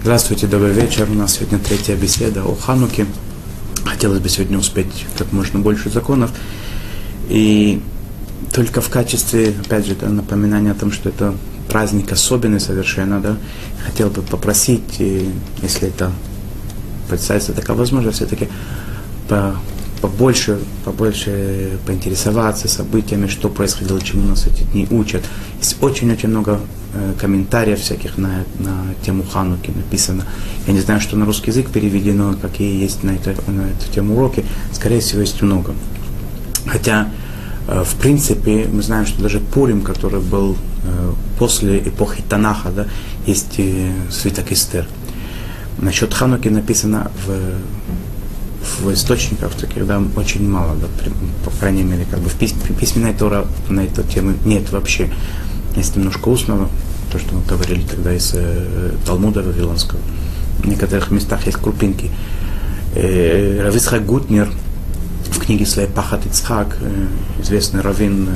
Здравствуйте, добрый вечер. У нас сегодня третья беседа о Хануке. Хотелось бы сегодня успеть как можно больше законов. И только в качестве, опять же, напоминания о том, что это праздник особенный совершенно, да, хотел бы попросить, если это представится такая возможность, все-таки побольше поинтересоваться событиями, что происходило, чему нас эти дни учат. Есть очень-очень много комментариев всяких на тему Хануки написано. Я не знаю, что на русский язык переведено, какие есть на эту тему уроки. Скорее всего, есть много. Хотя, в принципе, мы знаем, что даже Пурим, который был после эпохи Танаха, да, есть свиток Эстер. Насчет Хануки написано в источниках таких, да, очень мало, да, по крайней мере, как бы в письменной Тора на эту тему нет вообще. Есть немножко устного, то, что мы говорили тогда из Талмуда Вавилонского. В некоторых местах есть крупинки. Рав Ицхак Гутнер в книге своей Пахат Ицхак, известный раввин,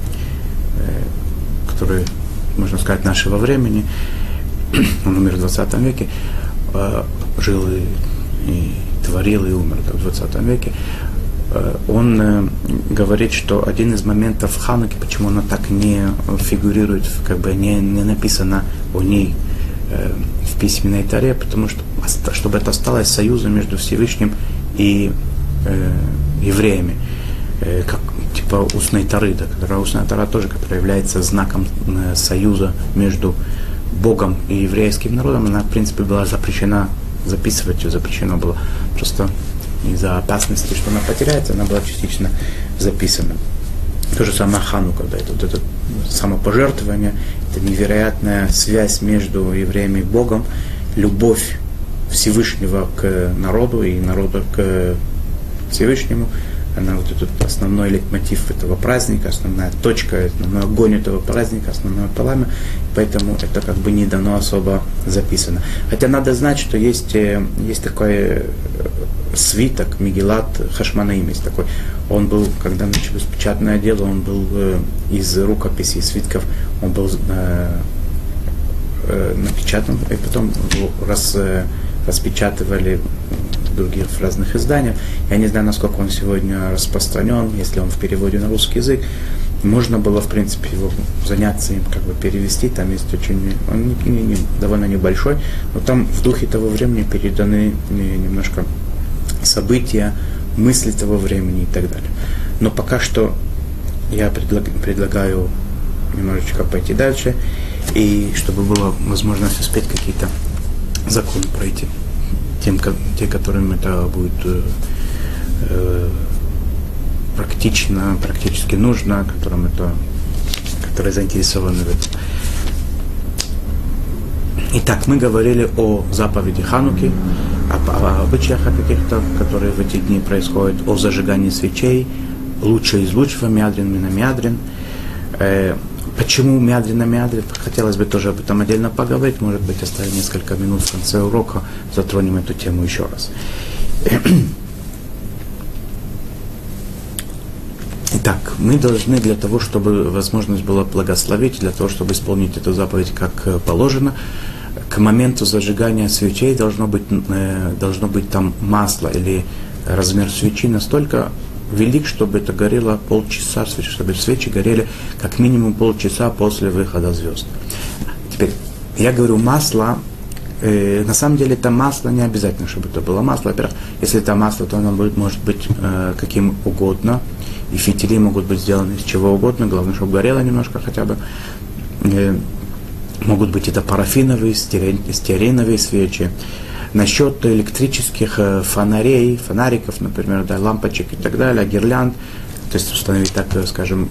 который, можно сказать, нашего времени, он умер в 20 веке, жил и творил и умер в 20 веке. Он говорит, что один из моментов Хануки, почему она так не фигурирует, как бы не написано о ней в письменной Торе, потому что, чтобы это осталось союзом между Всевышним и евреями, как типа устной Торы, да, которая устная Тора тоже, которая является знаком союза между Богом и еврейским народом, она, в принципе, была запрещена, записывать ее запрещено было просто из-за опасности, что она потеряется, она была частично записана. То же самое Ханука, да, это самопожертвование, это невероятная связь между евреями и Богом, любовь Всевышнего к народу и народа к Всевышнему. Она вот этот основной лейтмотив этого праздника, основная точка, основной огонь этого праздника, основное пламя, поэтому это как бы не дано особо записано. Хотя надо знать, что есть такой свиток, Мегилат Хашмонаим есть такой. Он был, когда началось печатное дело, он был из рукописей, свитков, он был напечатан, и потом распечатывали в других разных изданиях. Я не знаю, насколько он сегодня распространен, если он в переводе на русский язык. Можно было, в принципе, его заняться им, как бы перевести. Там есть он довольно небольшой, но там в духе того времени переданы немножко события, мысли того времени и так далее. Но пока что я предлагаю немножечко пойти дальше, и чтобы была возможность успеть какие-то законы пройти, те, которым это будет практически нужно, которые заинтересованы в этом. Итак, мы говорили о заповеди Хануки, о обычаях каких-то, которые в эти дни происходят, о зажигании свечей, лучше из лучшего, мядрин, миномядрин. Почему мядрин? Хотелось бы тоже об этом отдельно поговорить, может быть, оставим несколько минут в конце урока, затронем эту тему еще раз. Итак, мы должны для того, чтобы возможность была благословить, для того, чтобы исполнить эту заповедь как положено, к моменту зажигания свечей должно быть там масло или размер свечи настолько велик, чтобы это горело полчаса, чтобы свечи горели как минимум полчаса после выхода звезд. Теперь, я говорю масло, на самом деле это масло не обязательно, чтобы это было масло. Во-первых, если это масло, то оно может быть каким угодно, и фитили могут быть сделаны из чего угодно, главное, чтобы горело немножко хотя бы. Могут быть это парафиновые, стеариновые свечи. Насчет электрических фонариков, например, да, лампочек и так далее, гирлянд, то есть установить, так скажем,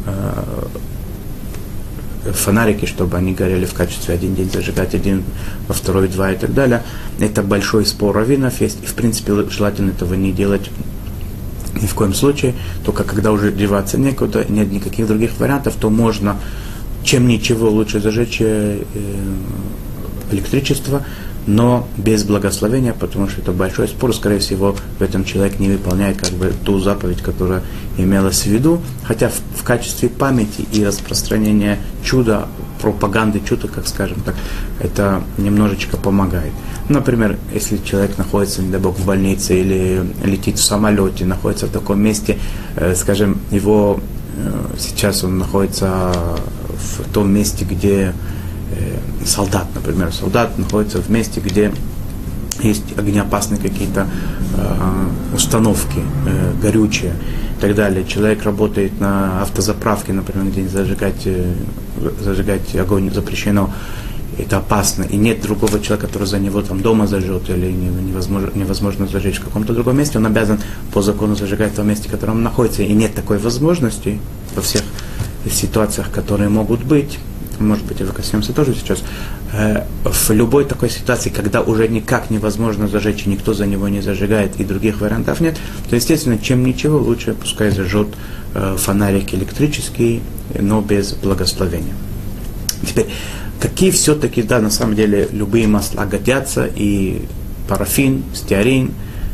фонарики, чтобы они горели в качестве один день зажигать, один во второй, два и так далее. Это большой спор раввинов есть, и в принципе желательно этого не делать ни в коем случае, только когда уже деваться некуда, нет никаких других вариантов, то можно, чем ничего, лучше зажечь электричество, но без благословения, потому что это большой спор, скорее всего, в этом человек не выполняет как бы ту заповедь, которая имелась в виду, хотя в качестве памяти и распространения чуда, пропаганды чуда, как скажем так, это немножечко помогает. Например, если человек находится, не дай бог, в больнице или летит в самолете, находится в таком месте, скажем, его сейчас он находится в том месте, где солдат, например, солдат находится в месте, где есть огнеопасные какие-то установки, горючие и так далее. Человек работает на автозаправке, например, где зажигать огонь запрещено, это опасно, и нет другого человека, который за него там дома зажжет, или невозможно зажечь в каком-то другом месте, он обязан по закону зажигать в том месте, в котором он находится, и нет такой возможности во всех ситуациях, которые могут быть. Может быть, и коснемся тоже сейчас, в любой такой ситуации, когда уже никак невозможно зажечь, и никто за него не зажигает, и других вариантов нет, то, естественно, чем ничего, лучше пускай зажжет фонарик электрический, но без благословения. Теперь, какие все-таки, да, на самом деле, любые масла годятся, и парафин, стеарин,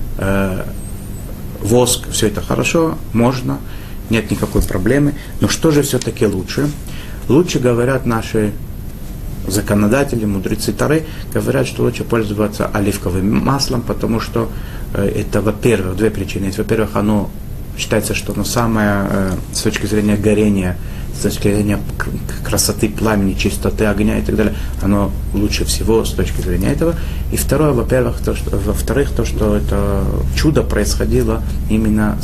воск, все это хорошо, можно, нет никакой проблемы, но что же все-таки лучше? Лучше, говорят наши законодатели, мудрецы Торы, говорят, что лучше пользоваться оливковым маслом, потому что это, во-первых, две причины. Во-первых, оно считается, что оно самое, с точки зрения горения, с точки зрения красоты пламени, чистоты огня и так далее, оно лучше всего с точки зрения этого. И второе, во-первых, во-вторых, то, что это чудо происходило именно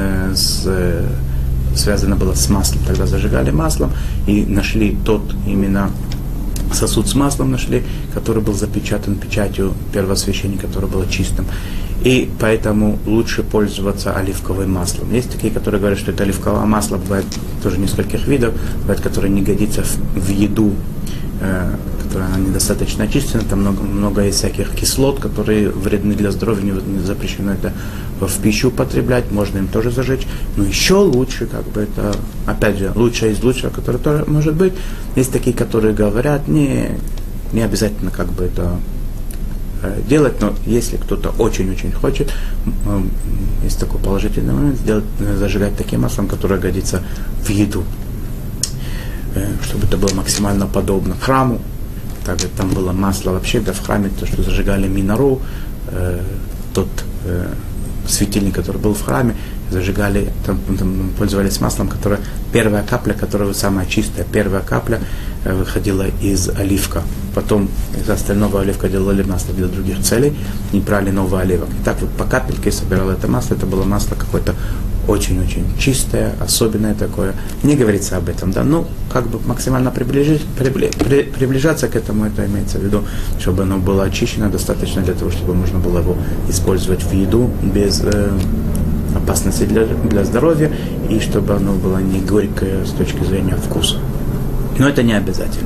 связано было с маслом. Тогда зажигали маслом и нашли тот именно сосуд с маслом нашли, который был запечатан печатью первосвященника, который был чистым. И поэтому лучше пользоваться оливковым маслом. Есть такие, которые говорят, что это оливковое масло, бывает тоже нескольких видов, бывает, которое не годится в еду, которая недостаточно очищена, там много есть всяких кислот, которые вредны для здоровья, не запрещено это в пищу употреблять, можно им тоже зажечь. Но еще лучше, как бы это, опять же, лучшее из лучшего, которое тоже может быть. Есть такие, которые говорят, не обязательно как бы это делать, но если кто-то очень-очень хочет, есть такой положительный момент, зажигать таким маслом, которое годится в еду, чтобы это было максимально подобно храму. Также там было масло вообще, да, в храме, то, что зажигали минору, тот светильник, который был в храме, зажигали, там пользовались маслом, которое, первая капля, которая самая чистая, первая капля выходила из оливка. Потом из остального оливка делали масло для других целей и брали новый оливок. И так вот по капельке собирал это масло. Это было масло какое-то очень-очень чистое, особенное такое. Не говорится об этом, да, ну, как бы максимально приближаться к этому, это имеется в виду, чтобы оно было очищено достаточно для того, чтобы можно было его использовать в еду без опасности для здоровья, и чтобы оно было не горькое с точки зрения вкуса. Но это не обязательно.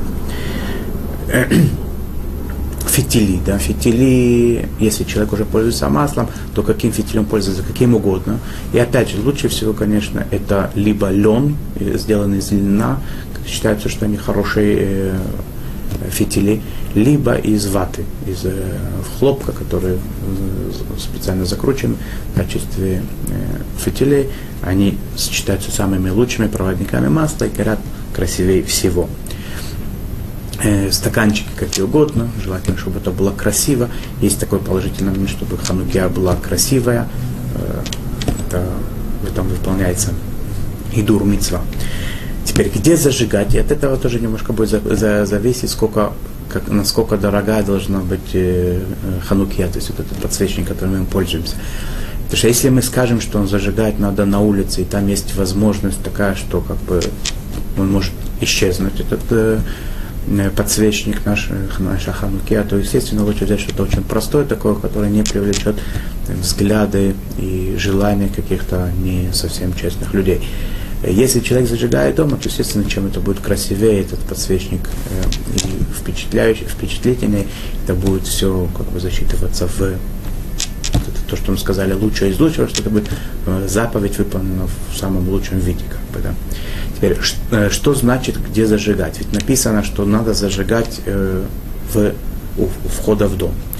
Фитили, да, фитили, если человек уже пользуется маслом, то каким фитилем пользоваться, каким угодно. И опять же, лучше всего, конечно, это либо лен, сделанный из льна, считается, что они хорошие фитили, либо из ваты, из хлопка, который специально закручен в качестве фитилей. Они считаются самыми лучшими проводниками масла и горят красивее всего. Стаканчики какие угодно, желательно, чтобы это было красиво. Есть такой положительный момент, чтобы ханукия была красивая. Это там выполняется идур мицва. Теперь, где зажигать? И от этого тоже немножко будет зависеть, насколько дорогая должна быть ханукия, то есть вот этот подсвечник, которым мы пользуемся. Потому что если мы скажем, что он зажигать надо на улице, и там есть возможность такая, что как бы он может исчезнуть, этот подсвечник наша ханукия, то, естественно, лучше взять что-то очень простое такое, которое не привлечет взгляды и желания каких-то не совсем честных людей. Если человек зажигает дома, то, естественно, чем это будет красивее, этот подсвечник и впечатлительнее, это будет все как бы засчитываться в то, что мы сказали, лучшее из лучшего, что это будет заповедь выполнена в самом лучшем виде. Как бы, да. Теперь, что значит, где зажигать? Ведь написано, что надо зажигать у входа в дом.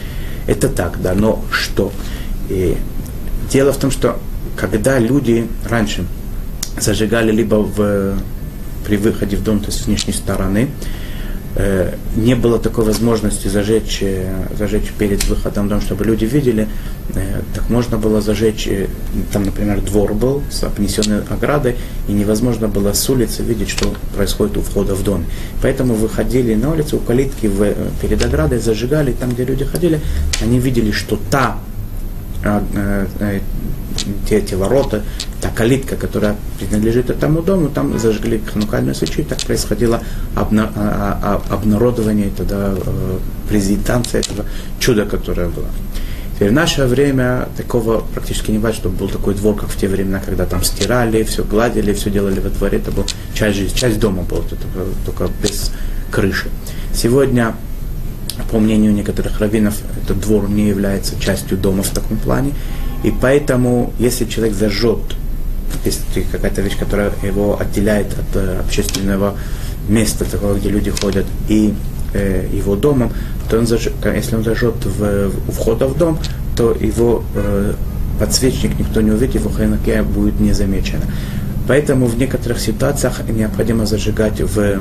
Это так, да, но что? И дело в том, что когда люди раньше зажигали либо при выходе в дом, то есть с внешней стороны, не было такой возможности зажечь перед выходом в дом, чтобы люди видели, так можно было зажечь, там, например, двор был с обнесенной оградой, и невозможно было с улицы видеть, что происходит у входа в дом. Поэтому выходили на улицу, у калитки перед оградой, зажигали, там, где люди ходили, они видели, что те ворота, та калитка, которая принадлежит этому дому, там зажгли ханукальную свечу, и так происходило обнародование, тогда презентация этого чуда, которое было. Теперь в наше время такого практически не бывает, чтобы был такой двор, как в те времена, когда там стирали, все гладили, все делали во дворе, это была часть дома была, только без крыши. Сегодня, по мнению некоторых раввинов, этот двор не является частью дома в таком плане, и поэтому, если человек зажжет, если какая-то вещь, которая его отделяет от общественного места, такого, где люди ходят, и его домом, то если он зажжет у входа в дом, то его подсвечник никто не увидит, его ханукия будет не замечена. Поэтому в некоторых ситуациях необходимо зажигать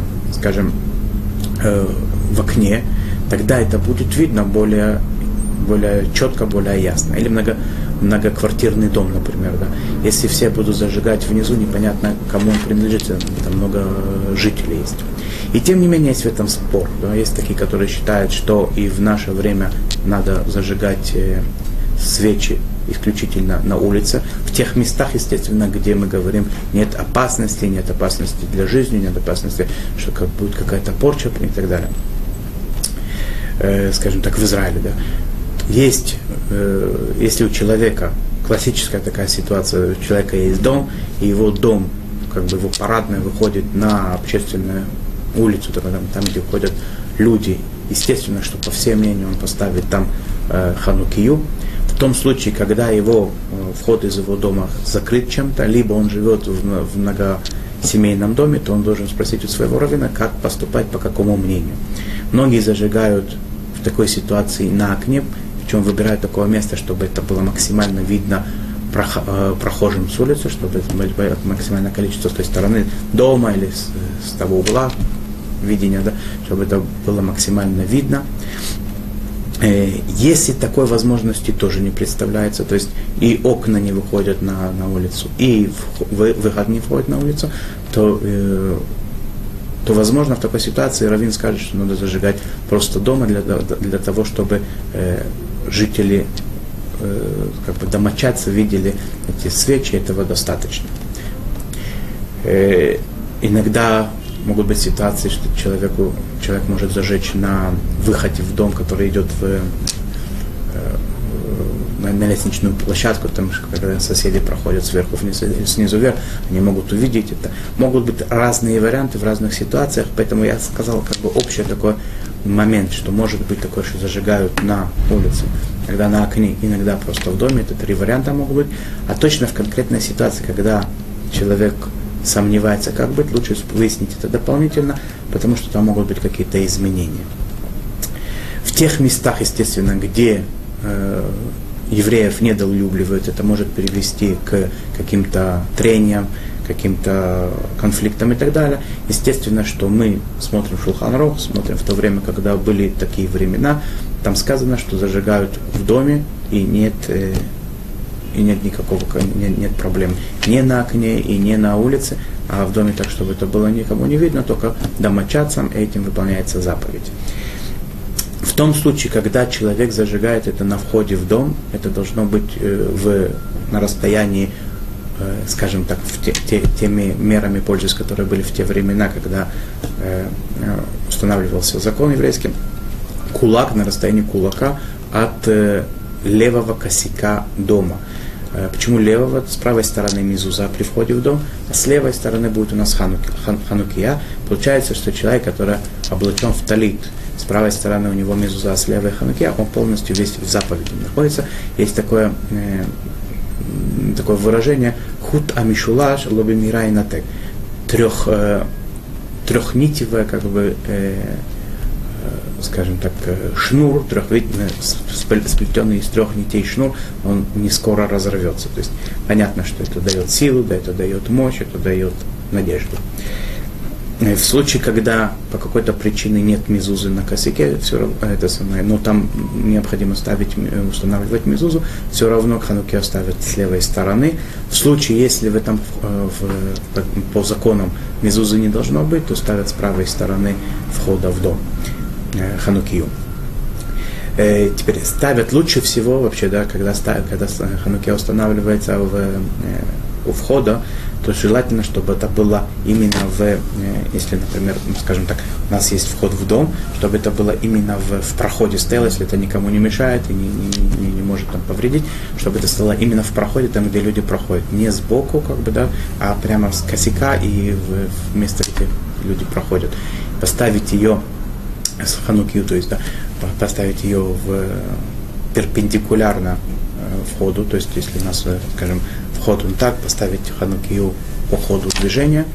в окне, тогда это будет видно более четко, более ясно. Или многоквартирный дом, например. Да. Если все будут зажигать внизу, непонятно, кому он принадлежит, там много жителей есть. И тем не менее, есть в этом спор. Да. Есть такие, которые считают, что и в наше время надо зажигать свечи исключительно на улице, в тех местах, естественно, где мы говорим, нет опасности для жизни, нет опасности, что будет какая-то порча и так далее. Скажем так, в Израиле, да. Есть, если у человека, классическая такая ситуация, у человека есть дом, и его дом, его парадная выходит на общественную улицу, там, где ходят люди, естественно, что по всем мнениям он поставит там ханукию. В том случае, когда вход из его дома закрыт чем-то, либо он живет в многосемейном доме, то он должен спросить у своего раввина, как поступать, по какому мнению. Многие зажигают в такой ситуации на окне, причем выбирают такое место, чтобы это было максимально видно прохожим с улицы, чтобы это было максимальное количество с той стороны дома или с того угла видения, да, чтобы это было максимально видно. Если такой возможности тоже не представляется, то есть и окна не выходят на улицу, и выход не входит на улицу, то возможно в такой ситуации раввин скажет, что надо зажигать просто дома для того, чтобы жители, домочадцы видели эти свечи, этого достаточно. Иногда могут быть ситуации, что человек может зажечь на выходе в дом, который идет на лестничную площадку, там, когда соседи проходят сверху вниз, снизу вверх, они могут увидеть это. Могут быть разные варианты в разных ситуациях, поэтому я сказал общий такой момент, что может быть такое, что зажигают на улице, иногда на окне, иногда просто в доме, это 3 варианта могут быть, а точно в конкретной ситуации, когда человек сомневается, как быть, лучше выяснить это дополнительно, потому что там могут быть какие-то изменения. В тех местах, естественно, где евреев недолюбливают, это может привести к каким-то трениям, каким-то конфликтам и так далее. Естественно, что мы смотрим Шулхан Арух, смотрим в то время, когда были такие времена, там сказано, что зажигают в доме, и нет проблем ни на окне и ни на улице, а в доме так, чтобы это было никому не видно, только домочадцам этим выполняется заповедь. В том случае, когда человек зажигает это на входе в дом, это должно быть на расстоянии, скажем так, теми мерами пользуясь, которые были в те времена, когда устанавливался закон еврейский, кулак, на расстоянии кулака от левого косяка дома. Почему левого? С правой стороны мезуза при входе в дом, а с левой стороны будет у нас ханукия. Получается, что человек, который облачен в талит, с правой стороны у него мезуза, а с левой ханукия, он полностью весь в заповеди находится. Есть такое выражение «хут амишулаш лоби мира и натек». Трехнитевая скажем так, шнур, сплетенный из 3 нитей шнур, он не скоро разорвется. То есть понятно, что это дает силу, да, это дает мощь, это дает надежду. В случае, когда по какой-то причине нет мезузы на косяке, все равно это самое, но там необходимо устанавливать мезузу, все равно хануки оставят с левой стороны. В случае, если в этом по законам мезузы не должно быть, то ставят с правой стороны входа в дом ханукию. Теперь ставят лучше всего вообще, да, когда ханукия устанавливается у входа, то желательно, чтобы это было именно если, например, скажем так, у нас есть вход в дом, чтобы это было именно в проходе стояло, если это никому не мешает и не может там повредить, чтобы это стояло именно в проходе, там, где люди проходят, не сбоку, как бы, да, а прямо с косяка и в место, где люди проходят. Поставить ее с ханукию, то есть, да, поставить ее перпендикулярно входу, то есть, если у нас, скажем, вход он так, поставить ханукию по ходу движения.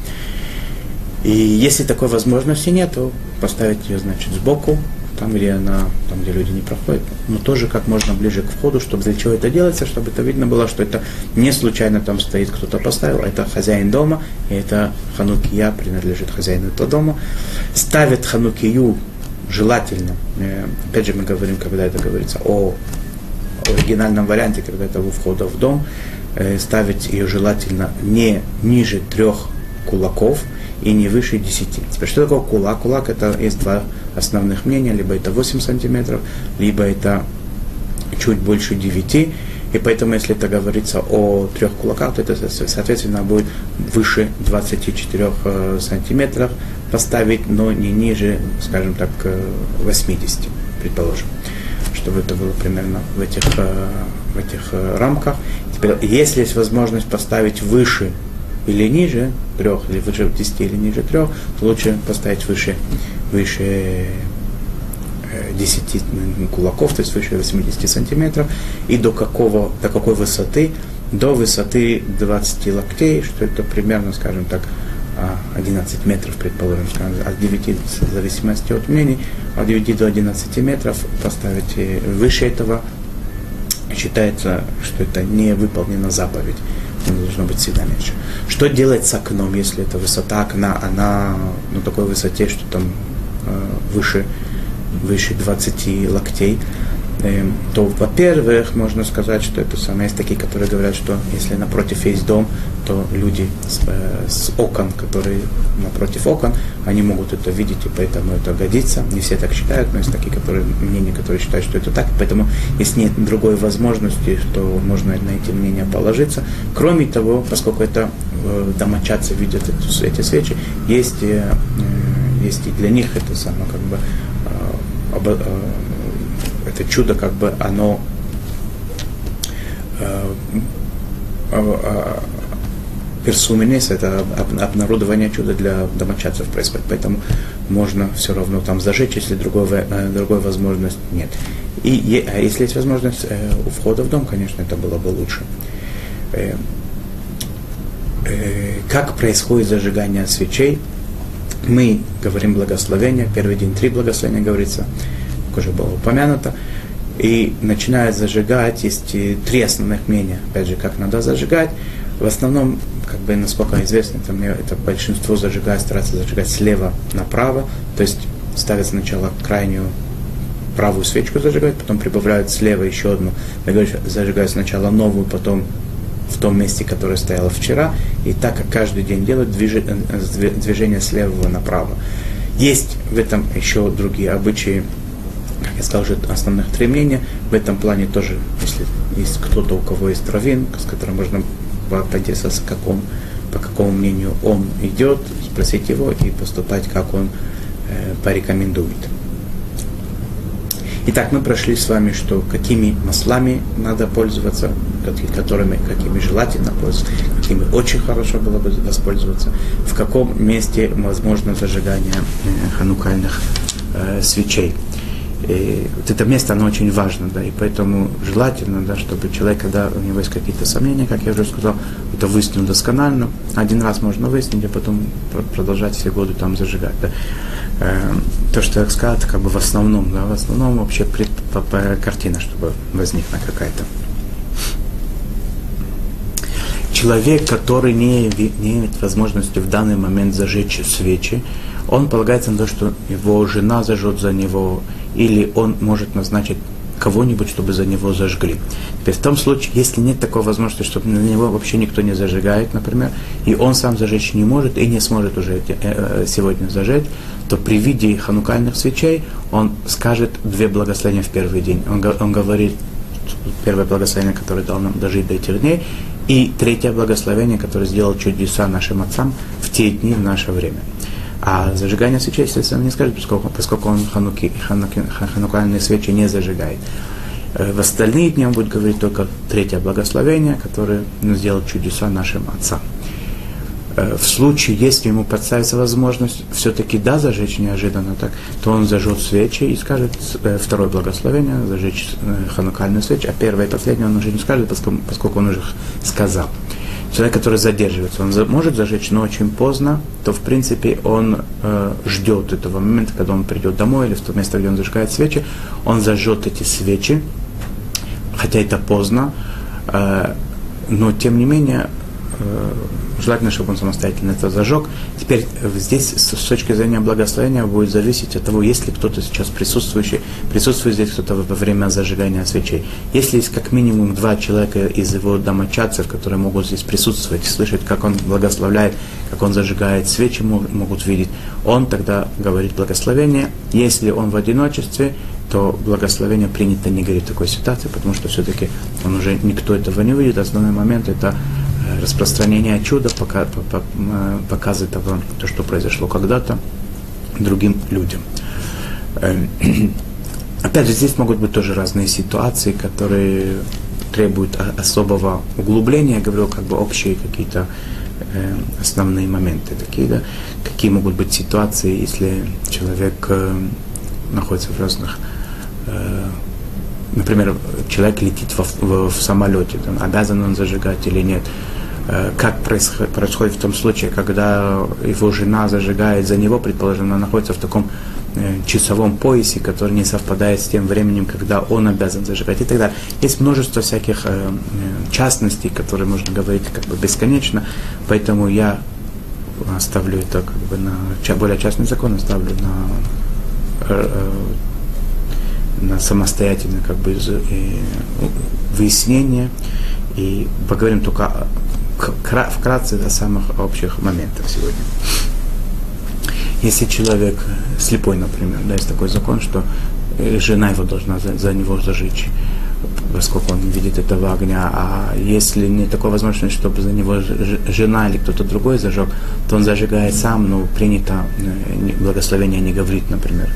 И если такой возможности нет, то поставить ее, значит, сбоку, там, где люди не проходят, но тоже как можно ближе к входу, чтобы для чего это делается, чтобы это видно было, что это не случайно там стоит, кто-то поставил, это хозяин дома, и это ханукия принадлежит хозяину этого дома. Ставят ханукию желательно, опять же мы говорим, когда это говорится о оригинальном варианте, когда это у входа в дом, ставить ее желательно не ниже 3 кулаков и не выше 10. Теперь, что такое кулак? Кулак — это есть 2 основных мнения, либо это 8 сантиметров, либо это чуть больше 9, и поэтому, если это говорится о 3 кулаках, то это, соответственно, будет выше 24 сантиметров поставить, но не ниже, скажем так, 80, предположим, чтобы это было примерно в этих рамках. Теперь, если есть возможность поставить выше или ниже 3, или выше 10 или ниже 3, то лучше поставить выше 10 кулаков, то есть выше 80 сантиметров, и до какой высоты? До высоты 20 локтей, что это примерно, скажем так, 11 метров, предположим, от 9, в зависимости от мнений, от 9 до 11 метров поставить выше этого, считается, что это не выполнена заповедь, оно должно быть всегда меньше. Что делать с окном, если эта высота окна, она на такой высоте, что там выше 20 локтей, то, во-первых, можно сказать, что это самое, есть такие, которые говорят, что если напротив есть дом, то люди с окон, которые напротив окон, они могут это видеть, и поэтому это годится. Не все так считают, но есть такие мнения, которые считают, что это так. Поэтому, если нет другой возможности, то можно на эти мнения положиться. Кроме того, поскольку это домочадцы видят эти свечи, есть и для них это самое, как бы, это чудо, как бы, оно персуминес, это обнародование чуда для домочадцев происходит, поэтому можно все равно там зажечь, если другой возможности нет. А если есть возможность у входа в дом, конечно, это было бы лучше. Как происходит зажигание свечей? Мы говорим благословение, первый день 3 благословения говорится, как уже было упомянуто, и начинают зажигать, есть 3 основных мнения, опять же, как надо зажигать. В основном, как бы, насколько известно, это большинство стараются зажигать слева направо, то есть ставят сначала крайнюю правую свечку зажигать, потом прибавляют слева еще одну, зажигают сначала новую, потом в том месте, которое стояло вчера, и так как каждый день делают движение слева направо. Есть в этом еще другие обычаи, как я сказал, уже основных 3 мнения. В этом плане тоже, если есть кто-то, у кого есть раввин, с которым можно поинтересоваться, по какому мнению он идет, спросить его и поступать, как он порекомендует. Итак, мы прошли с вами, что какими маслами надо пользоваться, какими желательно пользоваться, какими очень хорошо было бы воспользоваться, в каком месте возможно зажигание ханукальных свечей. И вот это место, оно очень важно, да, и поэтому желательно, да, чтобы человек, когда у него есть какие-то сомнения, как я уже сказал, это выяснил досконально. Один раз можно выяснить, а потом продолжать все годы там зажигать, да. То, что я сказал, это как бы в основном, да, в основном вообще картина, чтобы возникла какая-то. Человек, который не имеет возможности в данный момент зажечь свечи, он полагается на то, что его жена зажжет за него, или он может назначить кого-нибудь, чтобы за него зажгли. Теперь в том случае, если нет такой возможности, чтобы на него вообще никто не зажигает, например, и он сам зажечь не может и не сможет уже сегодня зажечь, то при виде ханукальных свечей он скажет 2 благословения в первый день. Он говорит первое благословение, которое дал нам дожить до этих дней, и 3 благословение, которое сделал чудеса нашим отцам в те дни, в наше время. А зажигание свечей, естественно, не скажет, поскольку он ханукальные свечи не зажигает. В остальные дни он будет говорить только 3 благословение, которое сделал чудеса нашим отцам. В случае, если ему представится возможность все-таки зажечь неожиданно так, то он зажжет свечи и скажет 2 благословение, зажечь ханукальную свечу, а 1 и последнее он уже не скажет, поскольку он уже сказал. Человек, который задерживается, он может зажечь, но очень поздно, то в принципе он ждет этого момента, когда он придет домой или в то место, где он зажигает свечи, он зажжет эти свечи, хотя это поздно, но тем не менее желательно, чтобы он самостоятельно это зажег. Теперь здесь с точки зрения благословения будет зависеть от того, есть ли кто-то сейчас присутствует здесь кто-то во время зажигания свечей. Если есть как минимум 2 человека из его домочадцев, которые могут здесь присутствовать, слышать, как он благословляет, как он зажигает свечи, могут видеть, он тогда говорит благословение. Если он в одиночестве, то благословение принято не говорить в такой ситуации, потому что все-таки он уже никто этого не увидит. Основной момент это распространение чуда, показывает то, что произошло когда-то другим людям. Опять же, здесь могут быть тоже разные ситуации, которые требуют особого углубления. Я говорю, как бы общие какие-то основные моменты такие, да. Какие могут быть ситуации, если человек находится в разных... Например, человек летит в самолете, там, обязан он зажигать или нет. Как происходит в том случае, когда его жена зажигает за него, предположим, она находится в таком часовом поясе, который не совпадает с тем временем, когда он обязан зажигать и так далее. Есть множество всяких частностей, которые можно говорить как бы бесконечно, поэтому я оставлю это как бы на более частный закон, оставлю на самостоятельное как бы выяснение, и поговорим только вкратце о самых общих моментах сегодня. Если человек слепой, например, да, есть такой закон, что жена его должна за него зажечь, поскольку он видит этого огня, а если не такой возможности, чтобы за него жена или кто-то другой зажег, то он зажигает сам, но принято благословение не говорит, например.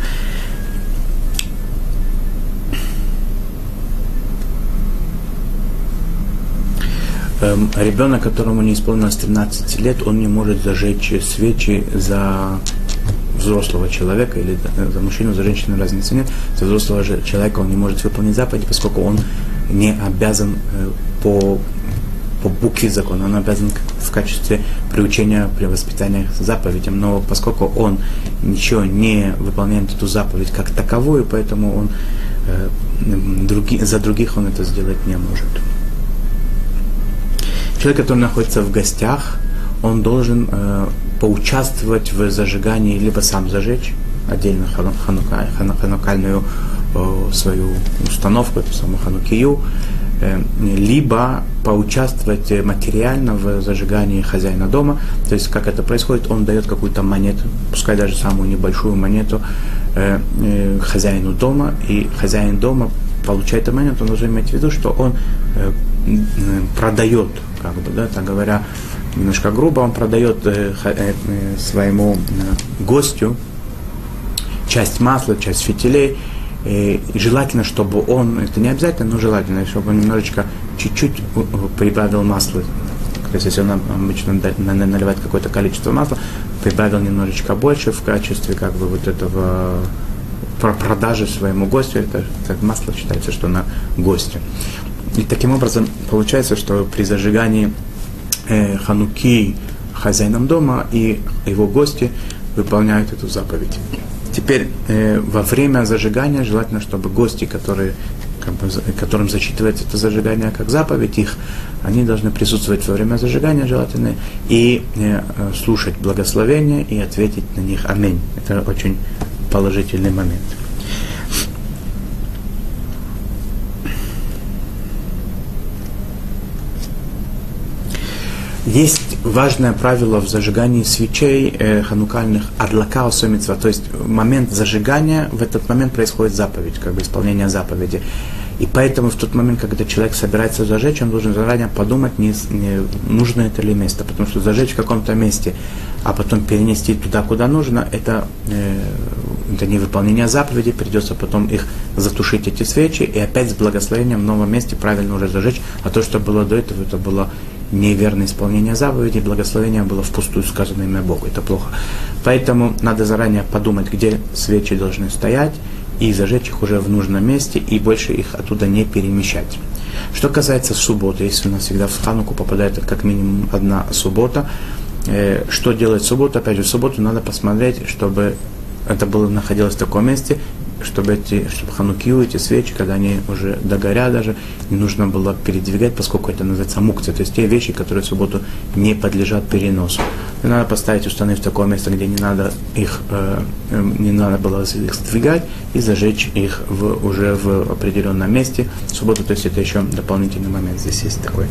Ребенок, которому не исполнилось 13 лет, он не может зажечь свечи за взрослого человека или за мужчину, за женщину разницы нет. За взрослого человека он не может выполнить заповеди, поскольку он не обязан по букве закона, он обязан в качестве приучения, при воспитании заповедям, но поскольку он ничего не выполняет эту заповедь как таковую, поэтому он за других он это сделать не может. Человек, который находится в гостях, он должен поучаствовать в зажигании, либо сам зажечь отдельно ханукальную свою установку, эту самую ханукию, либо поучаствовать материально в зажигании хозяина дома. То есть, как это происходит, он дает какую-то монету, пускай даже самую небольшую монету хозяину дома, и хозяин дома получает эту монету, он должен иметь в виду, что он продает, как бы, да, так говоря, немножко грубо, он продает своему гостю часть масла, часть фитилей, и желательно, чтобы он, это не обязательно, но желательно, чтобы он немножечко, чуть-чуть прибавил масла. То есть, если он обычно наливает какое-то количество масла, прибавил немножечко больше в качестве, как бы, вот этого продаже своему гостю, это масло считается, что на гостю. И таким образом получается, что при зажигании хануки хозяином дома и его гости выполняют эту заповедь. Теперь во время зажигания желательно, чтобы гости, которым зачитывается это зажигание как заповедь, они должны присутствовать во время зажигания желательно и слушать благословения и ответить на них аминь. Это очень положительный момент. Есть важное правило в зажигании свечей ханукальных адлака осомицва, то есть момент зажигания, в этот момент происходит заповедь, исполнение заповеди. И поэтому в тот момент, когда человек собирается зажечь, он должен заранее подумать, нужно это ли место, потому что зажечь в каком-то месте, а потом перенести туда, куда нужно, это не выполнение заповедей, придется потом их затушить, эти свечи, и опять с благословением в новом месте правильно уже зажечь, а то, что было до этого, это было неверное исполнение заповедей, благословение было впустую сказано имя Богу. Это плохо. Поэтому надо заранее подумать, где свечи должны стоять, и зажечь их уже в нужном месте, и больше их оттуда не перемещать. Что касается субботы, если у нас всегда в Хануку попадает как минимум одна суббота, что делать в субботу? Опять же, в субботу надо посмотреть, чтобы это находилось в таком месте, чтобы ханукию, эти свечи, когда они уже догорят даже, не нужно было передвигать, поскольку это называется мукция, то есть те вещи, которые в субботу не подлежат переносу. И надо поставить, установить в такое место, где не надо было их сдвигать, и зажечь их уже в определенном месте в субботу, то есть это еще дополнительный момент здесь есть такой.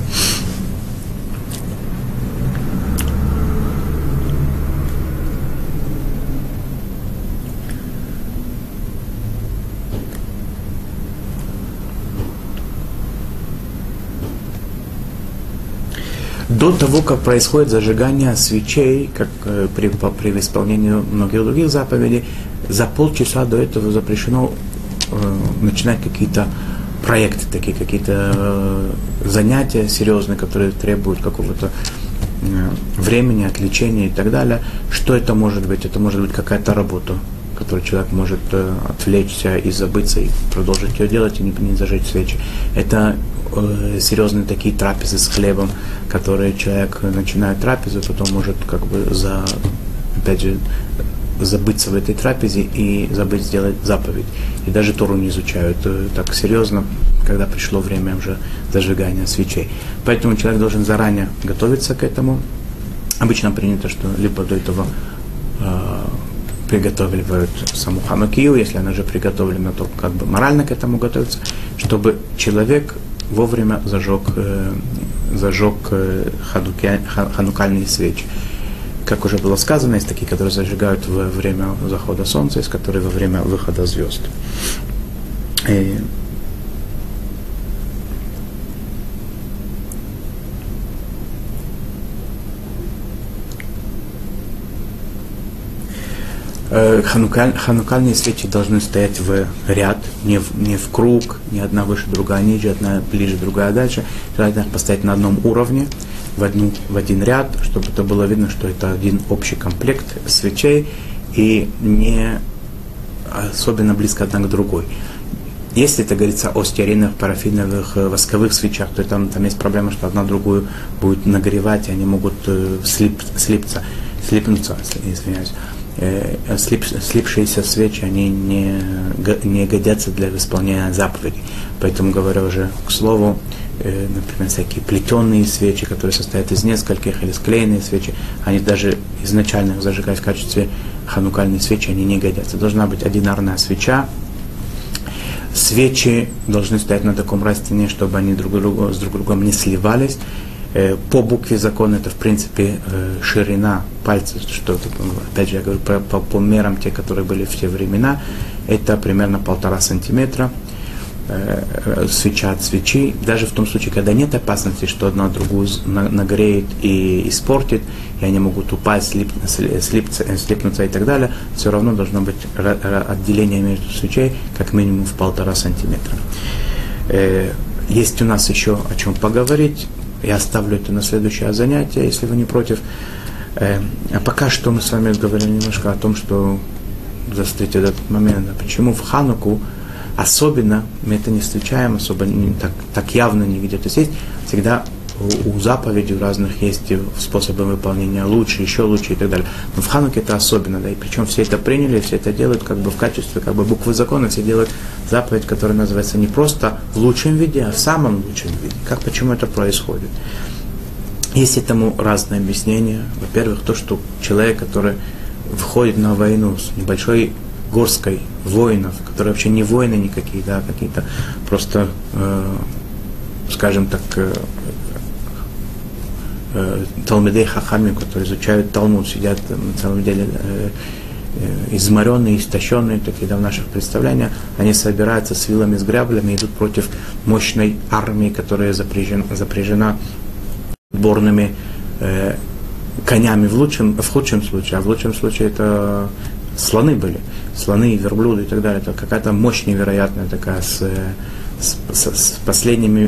До того, как происходит зажигание свечей, как при исполнении многих других заповедей, за полчаса до этого запрещено начинать какие-то проекты, такие какие-то занятия серьезные, которые требуют какого-то времени, отвлечения и так далее. Что это может быть? Это может быть какая-то работа, которой человек может отвлечься и забыться, и продолжить ее делать, и не зажечь свечи. Это серьезные такие трапезы с хлебом, которые человек начинает трапезу, потом может опять же, забыться в этой трапезе и забыть сделать заповедь. И даже Тору не изучают так серьезно, когда пришло время уже зажигания свечей. Поэтому человек должен заранее готовиться к этому. Обычно принято, что либо до этого приготавливают саму ханукию, если она уже приготовлена, то морально к этому готовиться, чтобы человек вовремя зажег ханукальные свечи. Как уже было сказано, есть такие, которые зажигают во время захода солнца, есть которые во время выхода звезд. Ханукальные свечи должны стоять в ряд, не в круг, не одна выше, другая ниже, одна ближе, другая дальше. Желательно поставить на одном уровне, в один ряд, чтобы это было видно, что это один общий комплект свечей и не особенно близко одна к другой. Если это говорится о стеаринах, парафиновых, восковых свечах, то там есть проблема, что одна другую будет нагревать, и они могут слипнуться, извиняюсь. Слипшиеся свечи, они не годятся для исполнения заповедей. Поэтому, говоря уже к слову, например, всякие плетеные свечи, которые состоят из нескольких, или склеенные свечи, они даже изначально их зажигать в качестве ханукальной свечи, они не годятся. Должна быть одинарная свеча. Свечи должны стоять на таком расстоянии, чтобы они с друг другом не сливались. По букве закона это, в принципе, ширина пальца, что, опять же, я говорю по мерам, те, которые были в те времена, это примерно 1,5 сантиметра свеча от свечи. Даже в том случае, когда нет опасности, что одна другую нагреет и испортит, и они могут упасть, слипнуться и так далее, все равно должно быть отделение между свечей как минимум в 1,5 сантиметра. Есть у нас еще о чем поговорить. Я оставлю это на следующее занятие, если вы не против. А пока что мы с вами говорили немножко о том, что заострить этот момент, почему в Хануку особенно, мы это не встречаем, особо не, так явно нигде. То есть всегда у заповедей разных есть способы выполнения лучше, еще лучше и так далее. Но в Хануке это особенно, да, и причем все это приняли, все это делают как бы в качестве как бы буквы закона, все делают заповедь, которая называется не просто в лучшем виде, а в самом лучшем виде. Почему это происходит? Есть этому разные объяснения. Во-первых, то, что человек, который выходит на войну с небольшой горской воинов, которые вообще не воины никакие, да, какие-то просто, скажем так, талмидей хахамим, которые изучают Талмуд, сидят на самом деле изморенные, истощенные, такие да, в наших представлениях, они собираются с вилами, с граблями, идут против мощной армии, которая запряжена сборными конями в худшем случае, а в лучшем случае это слоны были, слоны, верблюды и так далее. Это какая-то мощь невероятная такая с последними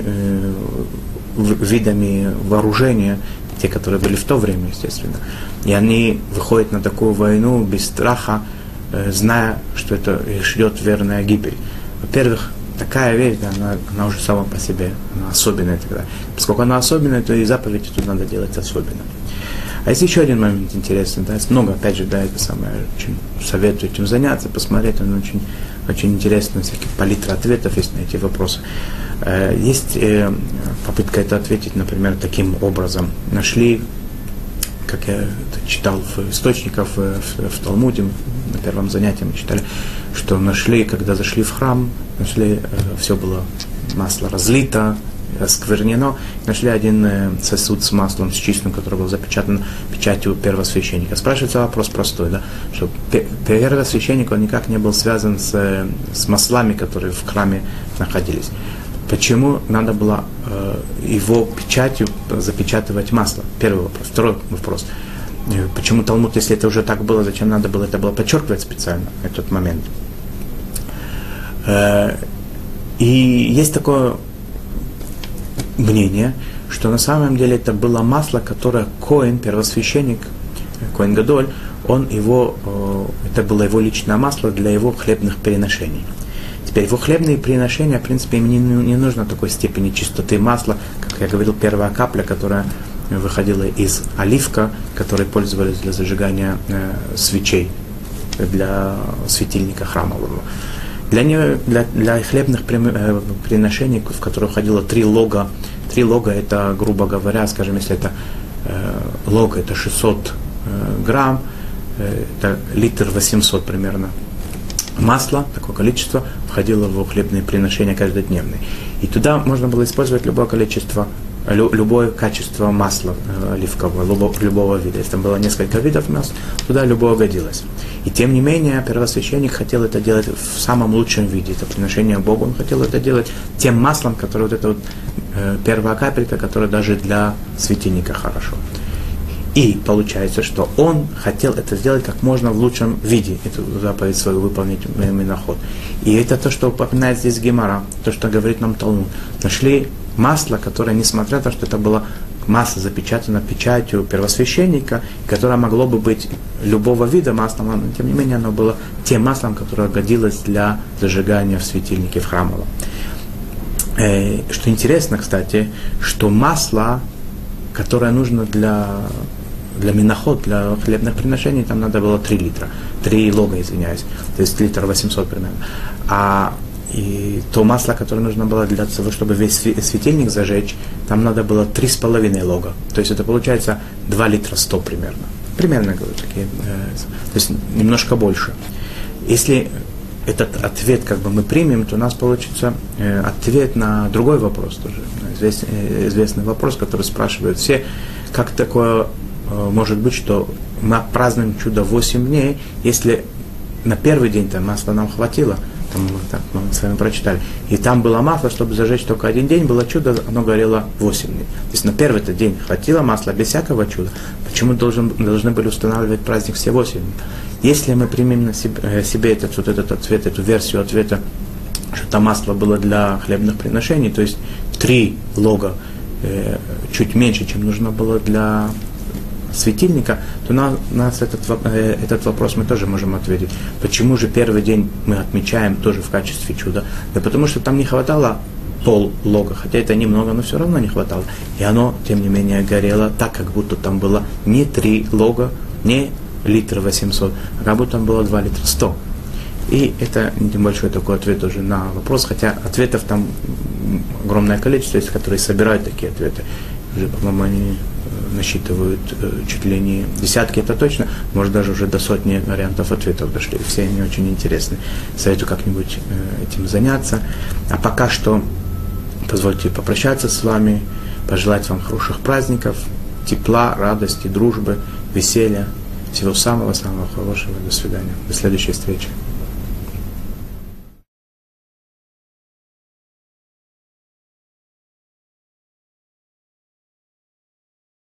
видами вооружения, те, которые были в то время, естественно. И они выходят на такую войну без страха, зная, что это их ждет верная гибель. Во-первых, такая вещь, да, она уже сама по себе, она особенная тогда. Поскольку она особенная, то и заповеди тут надо делать особенно. А есть еще один момент интересный, да, есть много, опять же, да, это самое, очень советую этим заняться, посмотреть, он очень, очень интересно, всякие палитры ответов есть на эти вопросы. Есть попытка это ответить, например, таким образом. Нашли, как я это читал в источниках, в Талмуде, на первом занятии мы читали, что нашли, когда зашли в храм, нашли, все было, масло разлито, осквернено, нашли один сосуд с маслом, с чистым, который был запечатан печатью первосвященника. Спрашивается вопрос простой, да, что первосвященник, он никак не был связан с маслами, которые в храме находились. Почему надо было его печатью запечатывать масло? Первый вопрос. Второй вопрос. Почему Талмуд, если это уже так было, зачем надо было это было подчеркивать специально, этот момент? И есть такое мнение, что на самом деле это было масло, которое Коэн, первосвященник, Коэн Гадоль, это было его личное масло для его хлебных переношений. Теперь его хлебные приношения, в принципе, им не нужно такой степени чистоты масла, как я говорил, первая капля, которая выходила из оливка, которой пользовались для зажигания свечей, для светильника храмового. Для хлебных приношений, в которые входило 3 лога, 3 лога это, грубо говоря, скажем, если это лог, это 600 грамм, это литр 800 примерно. Масло, такое количество, входило в хлебные приношения каждодневные. И туда можно было использовать любое качество масла оливкового, любого вида. Если там было несколько видов масла, туда любое годилось. И тем не менее, первосвященник хотел это делать в самом лучшем виде. Это приношение Богу, он хотел это делать тем маслом, которое вот это вот первая капелька, которая даже для светильника хорошо. И получается, что он хотел это сделать как можно в лучшем виде, эту заповедь свою выполнить миноход. И это то, что упоминает здесь Гемара, то, что говорит нам Талмуд. Нашли масло, которое, несмотря на то, что это было масло, запечатано печатью первосвященника, которое могло бы быть любого вида маслом, но тем не менее оно было тем маслом, которое годилось для зажигания в светильнике в храмовом. Что интересно, кстати, что масло, которое нужно для миноход, для хлебных приношений, там надо было 3 литра. 3 лога, извиняюсь. То есть литр 800 примерно. И то масло, которое нужно было для того, чтобы весь светильник зажечь, там надо было 3,5 лога. То есть это получается 2 литра 100 примерно. Примерно, говорю, такие. То есть немножко больше. Если этот ответ как бы мы примем, то у нас получится ответ на другой вопрос тоже. Известный вопрос, который спрашивают все, как такое может быть, что мы празднуем чудо 8 дней, если на первый день там масла нам хватило, там, мы с вами прочитали, и там было масло, чтобы зажечь только 1 день, было чудо, оно горело 8 дней. То есть на первый день хватило масла без всякого чуда. Почему должны были устанавливать праздник все 8 дней? Если мы примем на себе этот ответ, эту версию ответа, что там масло было для хлебных приношений, то есть 3 лога чуть меньше, чем нужно было для светильника, то нас этот вопрос мы тоже можем ответить. Почему же первый день мы отмечаем тоже в качестве чуда? Да потому что там не хватало пол лога, хотя это немного, но все равно не хватало. И оно, тем не менее, горело так, как будто там было не 3 лога, не литр 800, а как будто там было 2 литра 100. И это небольшой такой ответ уже на вопрос, хотя ответов там огромное количество, есть, которые собирают такие ответы. Уже, по-моему, они насчитывают чуть ли не десятки, это точно, может даже уже до сотни вариантов ответов дошли. Все они очень интересны. Советую как-нибудь этим заняться. А пока что позвольте попрощаться с вами, пожелать вам хороших праздников, тепла, радости, дружбы, веселья. Всего самого-самого хорошего. До свидания. До следующей встречи.